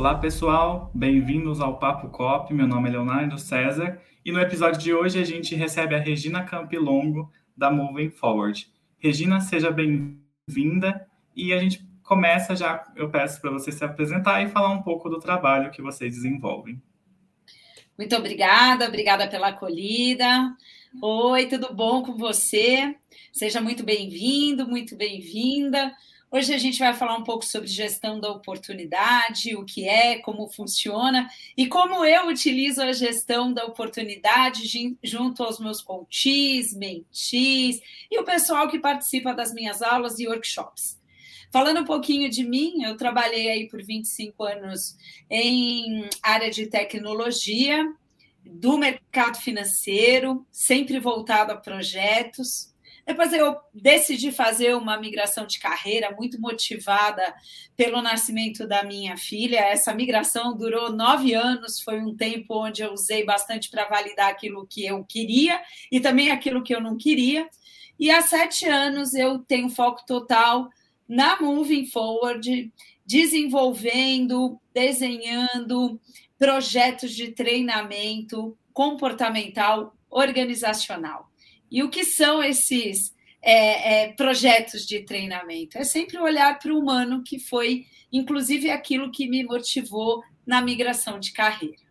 Olá, pessoal, bem-vindos ao Papo Cop. Meu nome é Leonardo César e no episódio de hoje a gente recebe a Regina Campilongo, da Moving Forward. Regina, seja bem-vinda e a gente começa já. Eu peço para você se apresentar e falar um pouco do trabalho que vocês desenvolvem. Muito obrigada pela acolhida. Oi, tudo bom com você? Seja muito bem-vindo, muito bem-vinda. Hoje a gente vai falar um pouco sobre gestão da oportunidade, o que é, como funciona e como eu utilizo a gestão da oportunidade junto aos meus coaches, mentees e o pessoal que participa das minhas aulas e workshops. Falando um pouquinho de mim, eu trabalhei aí por 25 anos em área de tecnologia, do mercado financeiro, sempre voltado a projetos. Depois eu decidi fazer uma migração de carreira, muito motivada pelo nascimento da minha filha. Essa migração durou 9 anos, foi um tempo onde eu usei bastante para validar aquilo que eu queria e também aquilo que eu não queria. E há 7 anos eu tenho foco total na Moving Forward, desenvolvendo, desenhando projetos de treinamento comportamental organizacional. E o que são esses projetos de treinamento? É sempre olhar para o humano, que foi, inclusive, aquilo que me motivou na migração de carreira.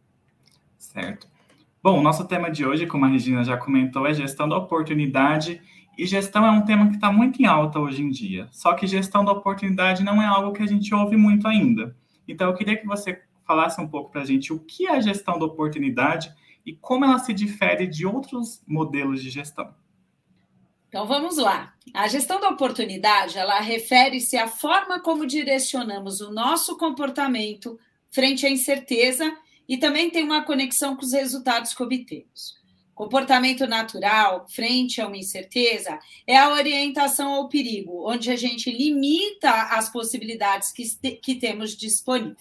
Certo. Bom, o nosso tema de hoje, como a Regina já comentou, é gestão da oportunidade. E gestão é um tema que está muito em alta hoje em dia. Só que gestão da oportunidade não é algo que a gente ouve muito ainda. Então, eu queria que você falasse um pouco para a gente o que é a gestão da oportunidade e como ela se difere de outros modelos de gestão. Então, vamos lá. A gestão da oportunidade, ela refere-se à forma como direcionamos o nosso comportamento frente à incerteza e também tem uma conexão com os resultados que obtemos. Comportamento natural, frente a uma incerteza, é a orientação ao perigo, onde a gente limita as possibilidades que temos disponível.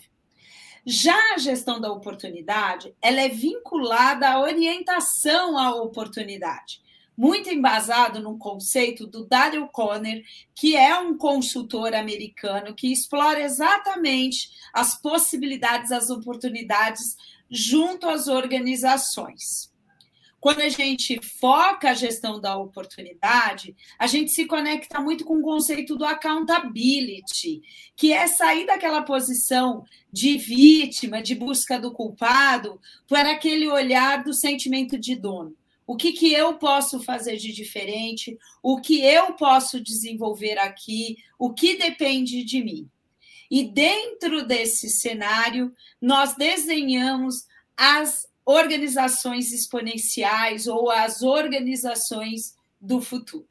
Já a gestão da oportunidade, ela é vinculada à orientação à oportunidade, muito embasado no conceito do Daryl Conner, que é um consultor americano que explora exatamente as possibilidades, as oportunidades junto às organizações. Quando a gente foca a gestão da oportunidade, a gente se conecta muito com o conceito do accountability, que é sair daquela posição de vítima, de busca do culpado, para aquele olhar do sentimento de dono. O que eu posso fazer de diferente? O que eu posso desenvolver aqui? O que depende de mim? E dentro desse cenário, nós desenhamos as organizações exponenciais ou as organizações do futuro.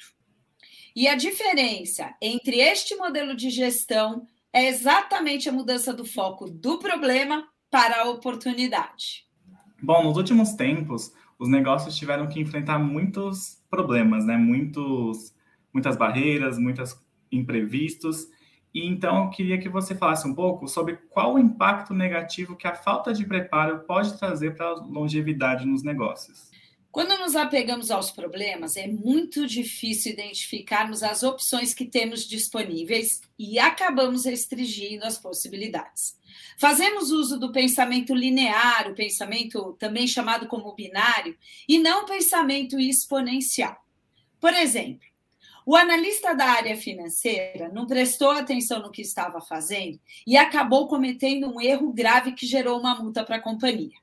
E a diferença entre este modelo de gestão é exatamente a mudança do foco do problema para a oportunidade. Bom, nos últimos tempos, os negócios tiveram que enfrentar muitos problemas, né? Muitas barreiras, muitos imprevistos. E então eu queria que você falasse um pouco sobre qual o impacto negativo que a falta de preparo pode trazer para a longevidade nos negócios. Quando nos apegamos aos problemas, é muito difícil identificarmos as opções que temos disponíveis e acabamos restringindo as possibilidades. Fazemos uso do pensamento linear, o pensamento também chamado como binário, e não o pensamento exponencial. Por exemplo, o analista da área financeira não prestou atenção no que estava fazendo e acabou cometendo um erro grave que gerou uma multa para a companhia.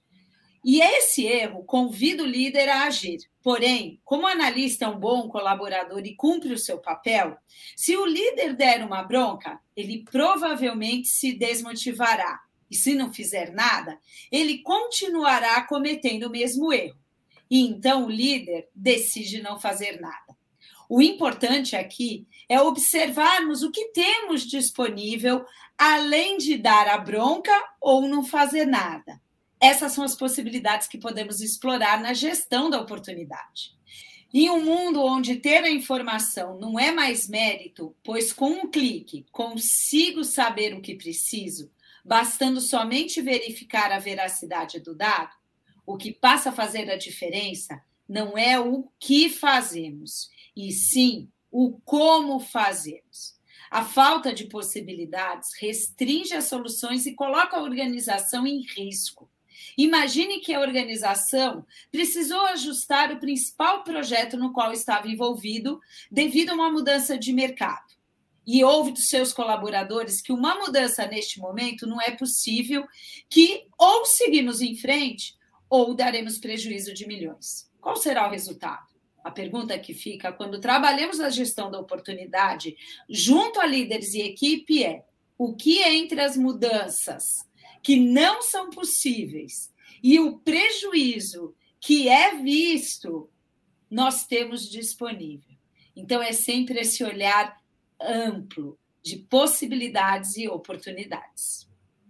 E esse erro convida o líder a agir. Porém, como o analista é um bom colaborador e cumpre o seu papel, se o líder der uma bronca, ele provavelmente se desmotivará. E se não fizer nada, ele continuará cometendo o mesmo erro. E então o líder decide não fazer nada. O importante aqui é observarmos o que temos disponível, além de dar a bronca ou não fazer nada. Essas são as possibilidades que podemos explorar na gestão da oportunidade. Em um mundo onde ter a informação não é mais mérito, pois com um clique consigo saber o que preciso, bastando somente verificar a veracidade do dado, o que passa a fazer a diferença não é o que fazemos, e sim o como fazemos. A falta de possibilidades restringe as soluções e coloca a organização em risco. Imagine que a organização precisou ajustar o principal projeto no qual estava envolvido devido a uma mudança de mercado. E ouve dos seus colaboradores que uma mudança neste momento não é possível, que ou seguimos em frente ou daremos prejuízo de milhões. Qual será o resultado? A pergunta que fica quando trabalhamos na gestão da oportunidade junto a líderes e equipe é: o que entre as mudanças que não são possíveis e o prejuízo que é visto, nós temos disponível? Então, é sempre esse olhar amplo de possibilidades e oportunidades.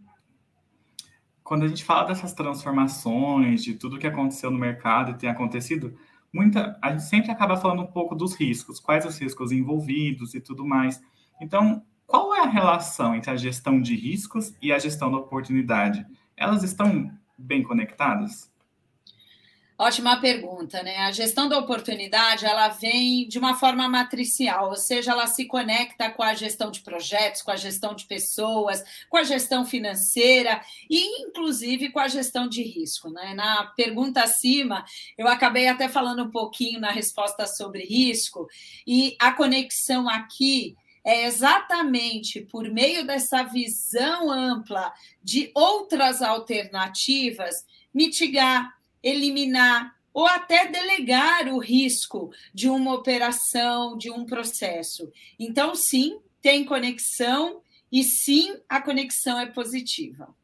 Quando a gente fala dessas transformações, de tudo que aconteceu no mercado e tem acontecido, a gente sempre acaba falando um pouco dos riscos, quais os riscos envolvidos e tudo mais. Então, qual é a relação entre a gestão de riscos e a gestão da oportunidade? Elas estão bem conectadas? Ótima pergunta, né? A gestão da oportunidade, ela vem de uma forma matricial, ou seja, ela se conecta com a gestão de projetos, com a gestão de pessoas, com a gestão financeira e, inclusive, com a gestão de risco, né? Na pergunta acima, eu acabei até falando um pouquinho na resposta sobre risco, e a conexão aqui é exatamente por meio dessa visão ampla de outras alternativas, mitigar, eliminar ou até delegar o risco de uma operação, de um processo. Então, sim, tem conexão e sim, a conexão é positiva.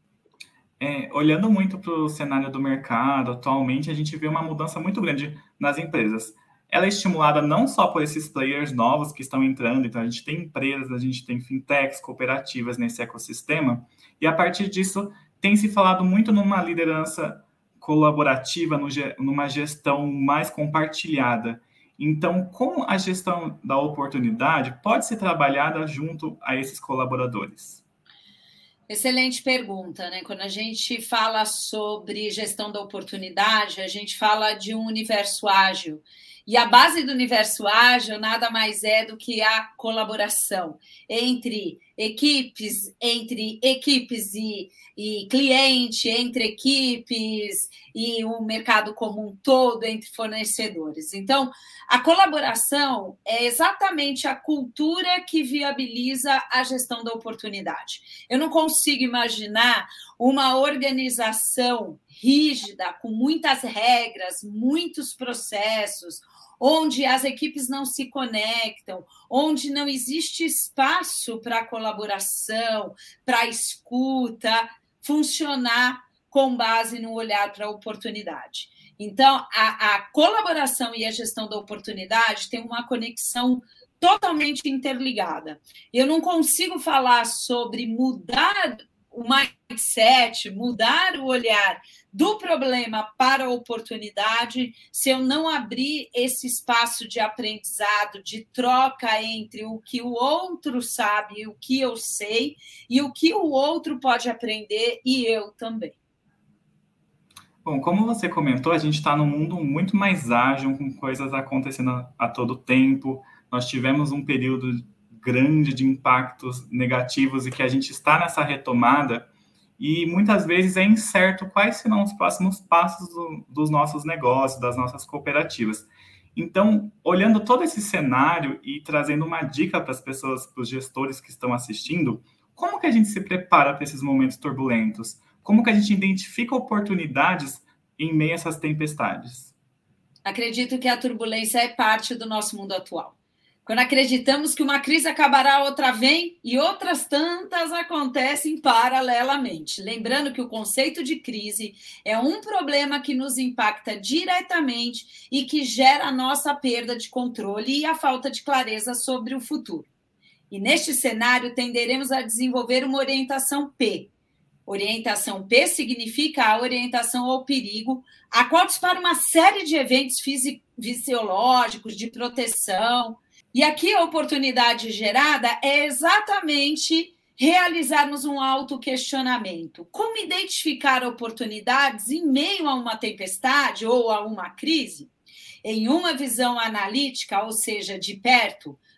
Olhando muito para o cenário do mercado, atualmente a gente vê uma mudança muito grande nas empresas. Ela é estimulada não só por esses players novos que estão entrando, então a gente tem empresas, a gente tem fintechs, cooperativas nesse ecossistema, e a partir disso tem se falado muito numa liderança colaborativa, numa gestão mais compartilhada. Então, como a gestão da oportunidade pode ser trabalhada junto a esses colaboradores? Excelente pergunta, né? Quando a gente fala sobre gestão da oportunidade, a gente fala de um universo ágil. E a base do universo ágil nada mais é do que a colaboração entre equipes e cliente, entre equipes e o mercado como um todo, entre fornecedores. Então, a colaboração é exatamente a cultura que viabiliza a gestão da oportunidade. Eu não consigo imaginar uma organização rígida, com muitas regras, muitos processos, onde as equipes não se conectam, onde não existe espaço para colaboração, para escuta, funcionar com base no olhar para a oportunidade. Então, a colaboração e a gestão da oportunidade tem uma conexão totalmente interligada. Eu não consigo falar sobre mudar o mindset, mudar o olhar do problema para a oportunidade, se eu não abrir esse espaço de aprendizado, de troca entre o que o outro sabe e o que eu sei, e o que o outro pode aprender e eu também. Bom, como você comentou, a gente está num mundo muito mais ágil, com coisas acontecendo a todo tempo. Nós tivemos um período grande de impactos negativos e que a gente está nessa retomada e muitas vezes é incerto quais serão os próximos passos dos nossos negócios, das nossas cooperativas. Então, olhando todo esse cenário e trazendo uma dica para as pessoas, para os gestores que estão assistindo, como que a gente se prepara para esses momentos turbulentos? Como que a gente identifica oportunidades em meio a essas tempestades? Acredito que a turbulência é parte do nosso mundo atual. Quando acreditamos que uma crise acabará, outra vem e outras tantas acontecem paralelamente. Lembrando que o conceito de crise é um problema que nos impacta diretamente e que gera a nossa perda de controle e a falta de clareza sobre o futuro. E neste cenário, tenderemos a desenvolver uma orientação P. Orientação P significa a orientação ao perigo, a qual dispara uma série de eventos fisiológicos de proteção. E aqui a oportunidade gerada é exatamente realizarmos um autoquestionamento. Como identificar oportunidades em meio a uma tempestade ou a uma crise? Em uma visão analítica, ou seja, de perto,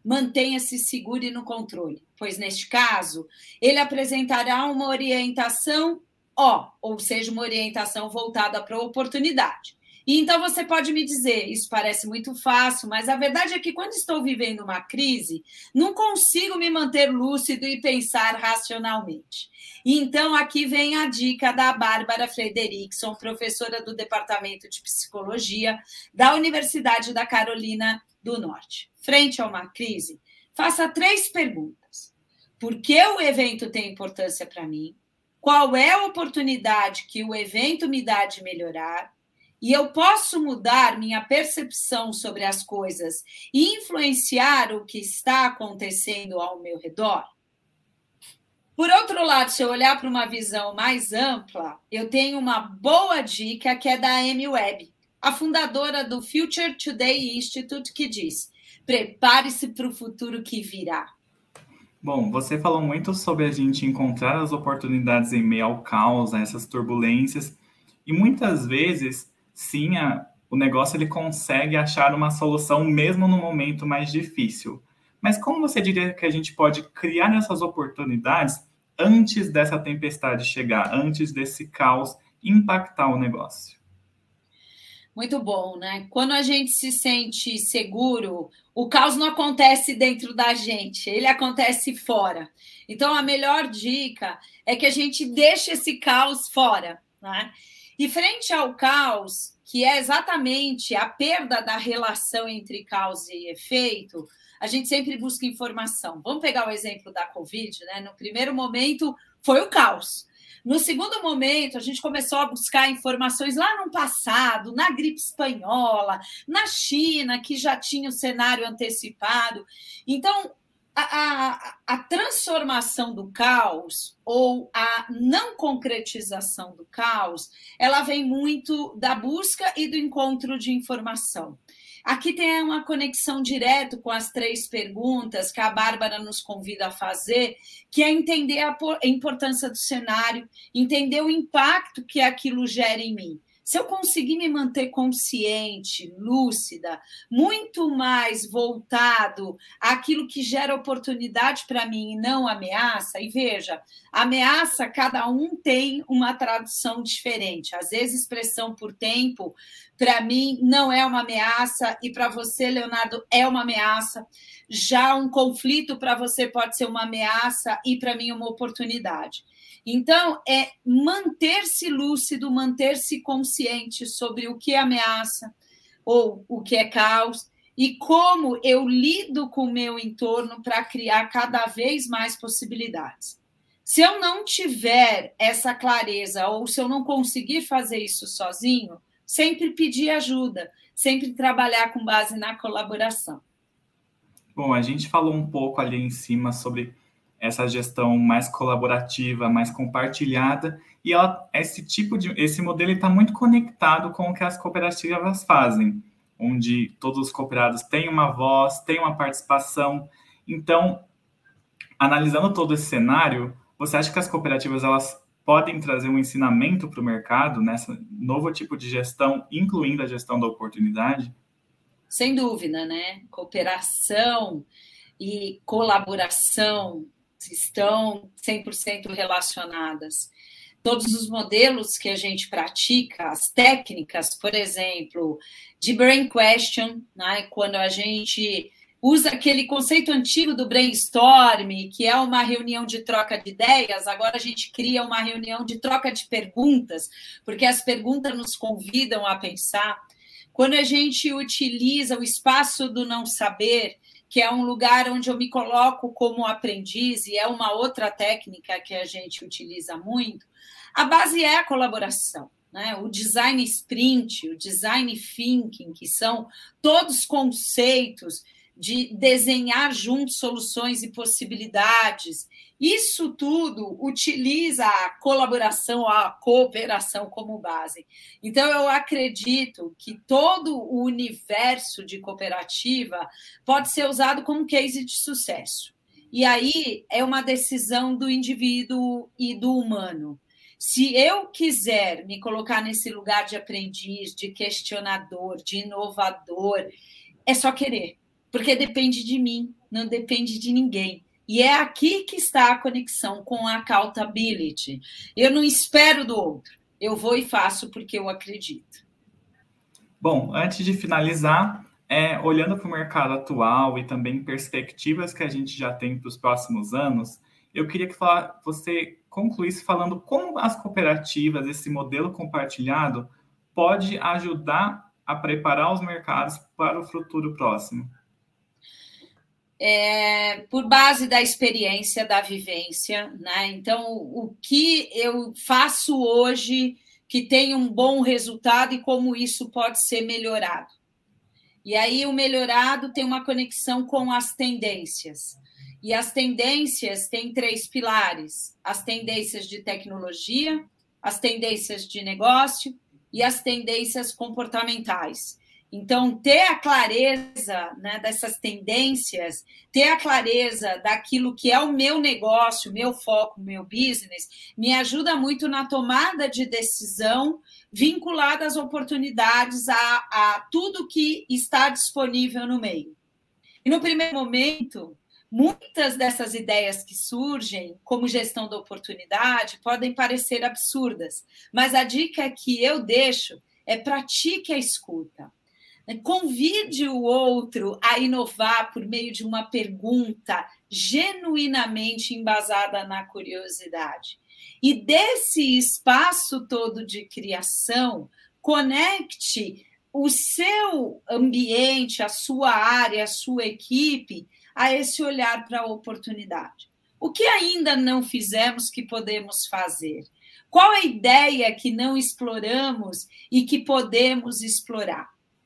mantenha-se seguro e no controle, pois, neste caso, ele apresentará uma orientação ou seja, uma orientação voltada para a oportunidade. E então você pode me dizer, isso parece muito fácil, mas a verdade é que quando estou vivendo uma crise, não consigo me manter lúcido e pensar racionalmente. E então aqui vem a dica da Bárbara Frederickson, professora do Departamento de Psicologia da Universidade da Carolina do Norte. Frente a uma crise, faça 3 perguntas. Por que o evento tem importância para mim? Qual é a oportunidade que o evento me dá de melhorar? E eu posso mudar minha percepção sobre as coisas e influenciar o que está acontecendo ao meu redor? Por outro lado, se eu olhar para uma visão mais ampla, eu tenho uma boa dica que é da Amy Webb, a fundadora do Future Today Institute, que diz: prepare-se para o futuro que virá. Bom, você falou muito sobre a gente encontrar as oportunidades em meio ao caos, a essas turbulências, e muitas vezes, sim, o negócio ele consegue achar uma solução mesmo no momento mais difícil. Mas como você diria que a gente pode criar essas oportunidades antes dessa tempestade chegar, antes desse caos impactar o negócio? Muito bom, né? Quando a gente se sente seguro, o caos não acontece dentro da gente, ele acontece fora. Então, a melhor dica é que a gente deixe esse caos fora, né? E frente ao caos, que é exatamente a perda da relação entre causa e efeito, a gente sempre busca informação. Vamos pegar o exemplo da Covid, né? No primeiro momento, foi o caos. No segundo momento, a gente começou a buscar informações lá no passado, na gripe espanhola, na China, que já tinha o cenário antecipado. Então, a transformação do caos ou a não concretização do caos, ela vem muito da busca e do encontro de informação. Aqui tem uma conexão direta com as 3 perguntas que a Bárbara nos convida a fazer, que é entender a importância do cenário, entender o impacto que aquilo gera em mim. Se eu conseguir me manter consciente, lúcida, muito mais voltado àquilo que gera oportunidade para mim e não ameaça, e veja, ameaça, cada um tem uma tradução diferente. Às vezes, expressão por tempo, para mim, não é uma ameaça, e para você, Leonardo, é uma ameaça. Já um conflito para você pode ser uma ameaça e para mim uma oportunidade. Então, é manter-se lúcido, manter-se consciente sobre o que é ameaça ou o que é caos e como eu lido com o meu entorno para criar cada vez mais possibilidades. Se eu não tiver essa clareza ou se eu não conseguir fazer isso sozinho, sempre pedir ajuda, sempre trabalhar com base na colaboração. Bom, a gente falou um pouco ali em cima sobre essa gestão mais colaborativa, mais compartilhada, e esse modelo está muito conectado com o que as cooperativas fazem, onde todos os cooperados têm uma voz, têm uma participação. Então, analisando todo esse cenário, você acha que as cooperativas elas podem trazer um ensinamento para o mercado nesse novo tipo de gestão, incluindo a gestão da oportunidade? Sem dúvida, né? Cooperação e colaboração estão 100% relacionadas. Todos os modelos que a gente pratica, as técnicas, por exemplo, de brain question, né? Quando a gente usa aquele conceito antigo do brainstorm, que é uma reunião de troca de ideias, agora a gente cria uma reunião de troca de perguntas, porque as perguntas nos convidam a pensar. Quando a gente utiliza o espaço do não saber, que é um lugar onde eu me coloco como aprendiz, e é uma outra técnica que a gente utiliza muito, a base é a colaboração, né? O design sprint, o design thinking, que são todos conceitos de desenhar juntos soluções e possibilidades. Isso tudo utiliza a colaboração, a cooperação como base. Então, eu acredito que todo o universo de cooperativa pode ser usado como case de sucesso. E aí é uma decisão do indivíduo e do humano. Se eu quiser me colocar nesse lugar de aprendiz, de questionador, de inovador, é só querer. porque depende de mim, não depende de ninguém. E é aqui que está a conexão com a accountability. Eu não espero do outro, eu vou e faço porque eu acredito. Bom, antes de finalizar, olhando para o mercado atual e também perspectivas que a gente já tem para os próximos anos, eu queria que você concluísse falando como as cooperativas, esse modelo compartilhado, pode ajudar a preparar os mercados para o futuro próximo. Por base da experiência, da vivência, né? Então, o que eu faço hoje que tem um bom resultado e como isso pode ser melhorado. E aí o melhorado tem uma conexão com as tendências. E as tendências têm 3 pilares: as tendências de tecnologia, as tendências de negócio e as tendências comportamentais. Então, ter a clareza, né, dessas tendências, ter a clareza daquilo que é o meu negócio, o meu foco, o meu business, me ajuda muito na tomada de decisão vinculada às oportunidades, a tudo que está disponível no meio. E no primeiro momento, muitas dessas ideias que surgem, como gestão da oportunidade, podem parecer absurdas, mas a dica que eu deixo é pratique a escuta. Convide o outro a inovar por meio de uma pergunta genuinamente embasada na curiosidade. E desse espaço todo de criação, conecte o seu ambiente, a sua área, a sua equipe, a esse olhar para a oportunidade. O que ainda não fizemos que podemos fazer? Qual a ideia que não exploramos e que podemos explorar?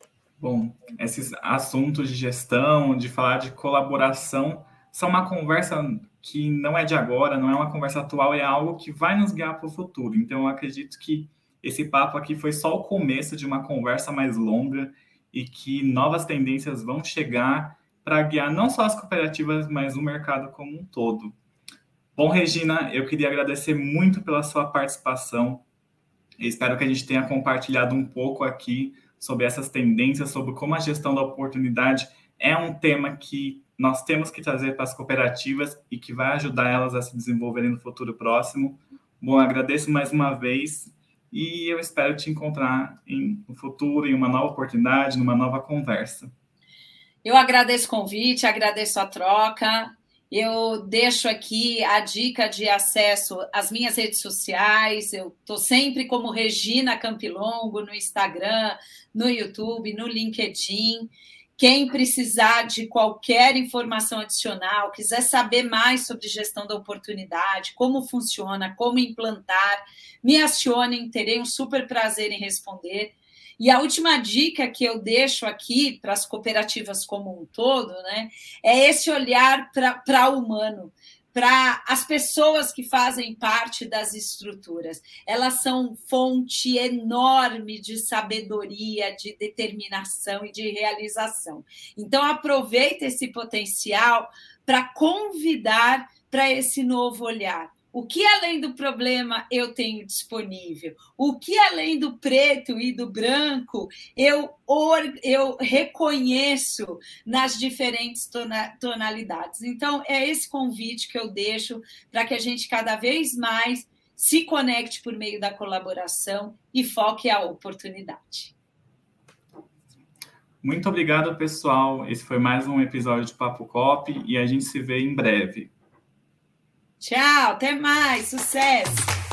Bom, esses assuntos de gestão, de falar de colaboração, são uma conversa que não é de agora, não é uma conversa atual, é algo que vai nos guiar para o futuro. Então, eu acredito que esse papo aqui foi só o começo de uma conversa mais longa e que novas tendências vão chegar para guiar não só as cooperativas, mas o mercado como um todo. Bom, Regina, eu queria agradecer muito pela sua participação. Eu espero que a gente tenha compartilhado um pouco aqui sobre essas tendências, sobre como a gestão da oportunidade é um tema que nós temos que trazer para as cooperativas e que vai ajudar elas a se desenvolverem no futuro próximo. Bom, agradeço mais uma vez e eu espero te encontrar no futuro, em uma nova oportunidade, numa nova conversa. Eu agradeço o convite, agradeço a troca. Eu deixo aqui a dica de acesso às minhas redes sociais. Eu estou sempre como Regina Campilongo no Instagram, no YouTube, no LinkedIn. Quem precisar de qualquer informação adicional, quiser saber mais sobre gestão da oportunidade, como funciona, como implantar, me acionem, terei um super prazer em responder. E a última dica que eu deixo aqui para as cooperativas como um todo, né, é esse olhar para o humano, para as pessoas que fazem parte das estruturas. Elas são fonte enorme de sabedoria, de determinação e de realização. Então, aproveita esse potencial para convidar para esse novo olhar. O que além do problema eu tenho disponível? O que além do preto e do branco eu reconheço nas diferentes tonalidades? Então, é esse convite que eu deixo para que a gente cada vez mais se conecte por meio da colaboração e foque a oportunidade. Muito obrigado, pessoal. Esse foi mais um episódio de Papo Cop e a gente se vê em breve. Tchau, até mais, sucesso!